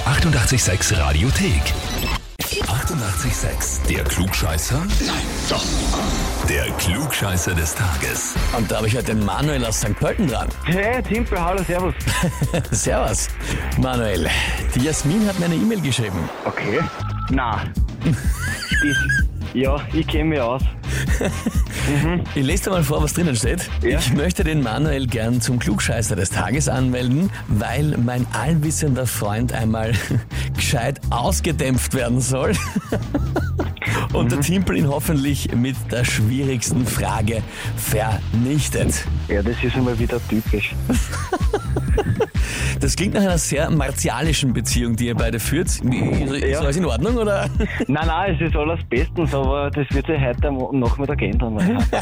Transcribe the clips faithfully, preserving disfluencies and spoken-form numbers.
achtundachtzig Komma sechs Radiothek. achtundachtzig Komma sechs. Der Klugscheißer? Nein, doch. Der Klugscheißer des Tages. Und da habe ich heute den Manuel aus Sankt Pölten dran. Hey, Timpel, hallo, servus. Servus, Manuel. Die Jasmin hat mir eine E-Mail geschrieben. Okay. Na. Ja, ich kenne mich aus. Mhm. Ich lese dir mal vor, was drinnen steht. Ja? Ich möchte den Manuel gern zum Klugscheißer des Tages anmelden, weil mein allwissender Freund einmal gescheit ausgedämpft werden soll. Und mhm. der Timpel ihn hoffentlich mit der schwierigsten Frage vernichtet. Ja, das ist immer wieder typisch. Das klingt nach einer sehr martialischen Beziehung, die ihr beide führt. Ist ja. alles in Ordnung, oder? Nein, nein, es ist alles bestens, aber das wird sich heute am Nachmittag ändern.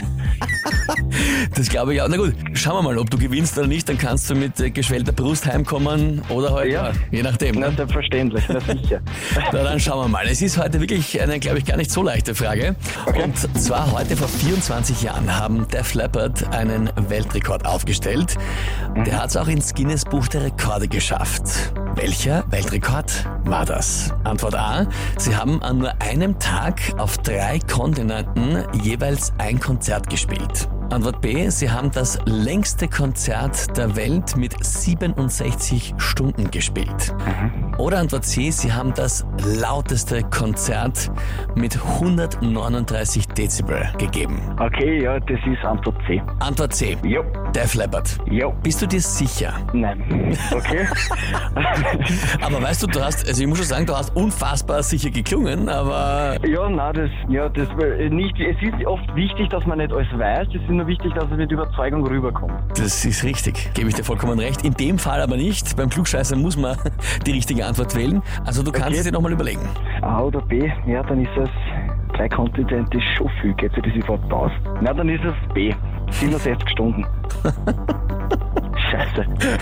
Das glaube ich auch. Na gut, schauen wir mal, ob du gewinnst oder nicht, dann kannst du mit äh, geschwellter Brust heimkommen oder halt, ja. ja, je nachdem. Na, Ne? selbstverständlich, na sicher. Na, dann schauen wir mal. Es ist heute wirklich eine, glaube ich, gar nicht so leichte Frage. Okay. Und zwar heute vor vierundzwanzig Jahren haben Def Leppard einen Weltrekord aufgestellt. Mhm. Der hat es auch ins Guinness-Buch der Rekorde geschafft. Welcher Weltrekord war das? Antwort A. Sie haben an nur einem Tag auf drei Kontinenten jeweils ein Konzert gespielt. Antwort B. Sie haben das längste Konzert der Welt mit siebenundsechzig Stunden gespielt. Mhm. Oder Antwort C. Sie haben das lauteste Konzert mit hundertneununddreißig Dezibel gegeben. Okay, ja, das ist Antwort C. Antwort C. Jo. Def Leppard. Jo. Bist du dir sicher? Nein. Okay. Aber weißt du, du hast, also ich muss schon sagen, du hast unfassbar sicher geklungen, aber... Ja, nein, das, ja, das nicht, es ist oft wichtig, dass man nicht alles weiß, es ist nur wichtig, dass es mit Überzeugung rüberkommt. Das ist richtig, gebe ich dir vollkommen recht. In dem Fall aber nicht. Beim Klugscheißer muss man die richtige Antwort wählen. Also du kannst Okay. es dir nochmal überlegen. A oder B, ja, dann ist es drei Kontinente ist schon viel, geht sich das überhaupt aus? Na, dann ist es B, siebenundsechzig Stunden. Scheiße.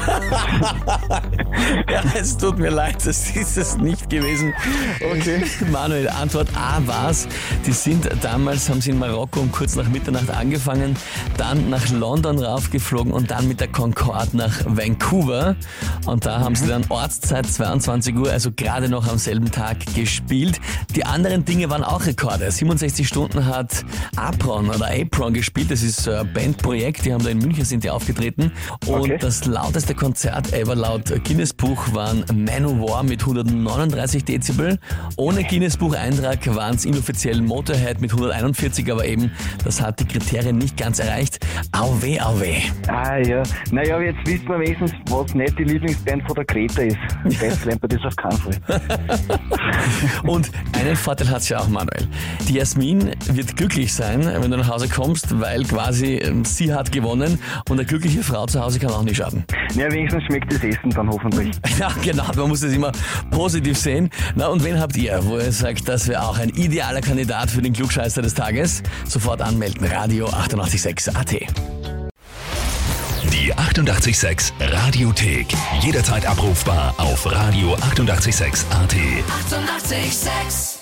Ja, es tut mir leid, das ist es nicht gewesen. Okay. Manuel, Antwort A war's. Die sind damals, haben sie in Marokko um kurz nach Mitternacht angefangen, dann nach London raufgeflogen und dann mit der Concorde nach Vancouver. Und da haben mhm. sie dann Ortszeit zweiundzwanzig Uhr, also gerade noch am selben Tag gespielt. Die anderen Dinge waren auch Rekorde. siebenundsechzig Stunden hat Apron oder Apron gespielt. Das ist ein Bandprojekt, die haben da in München sind die aufgetreten. Und Okay. das lauteste Konzert ever laut Guinness-Buch waren Manowar mit hundertneununddreißig Dezibel. Ohne Guinness-Buch-Eintrag waren es inoffiziell Motorhead mit hunderteinundvierzig, aber eben, das hat die Kriterien nicht ganz erreicht. Auweh, auweh. Ah ja, naja, aber jetzt wissen wir wenigstens, was nicht die Lieblingsband von der Greta ist. Def Leppard ist auf keinen Fall. Und einen Vorteil hat es ja auch, Manuel. Die Jasmin wird glücklich sein, wenn du nach Hause kommst, weil quasi ähm, sie hat gewonnen und eine glückliche Frau zu Hause kann auch nicht schaden. Ja, wenigstens schmeckt das Essen dann hoffentlich. Ja, genau, man muss es immer positiv sehen. Na, und wen habt ihr, wo ihr sagt, das wäre auch ein idealer Kandidat für den Klugscheißer des Tages? Sofort anmelden, Radio achtundachtzig Komma sechs A T. Die achtundachtzig Komma sechs Radiothek. Jederzeit abrufbar auf Radio achtundachtzig Komma sechs A T. achtundachtzig Komma sechs